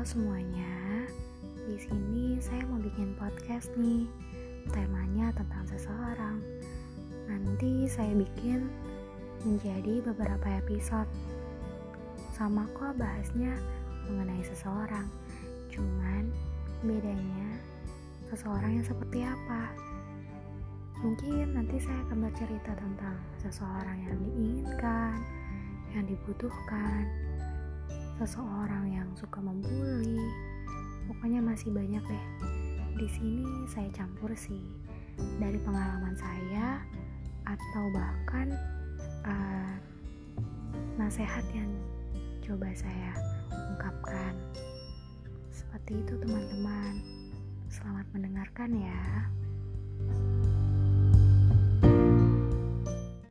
semuanya, di sini saya mau bikin podcast nih. Temanya tentang seseorang. Nanti saya bikin menjadi beberapa episode. Sama kok bahasnya mengenai seseorang. Cuman bedanya seseorang yang seperti apa. Mungkin nanti saya akan bercerita tentang seseorang yang diinginkan, yang dibutuhkan, seseorang yang suka membuli. Pokoknya masih banyak deh. Di sini saya campur sih dari pengalaman saya atau bahkan nasihat yang coba saya ungkapkan. Seperti itu teman-teman. Selamat mendengarkan ya.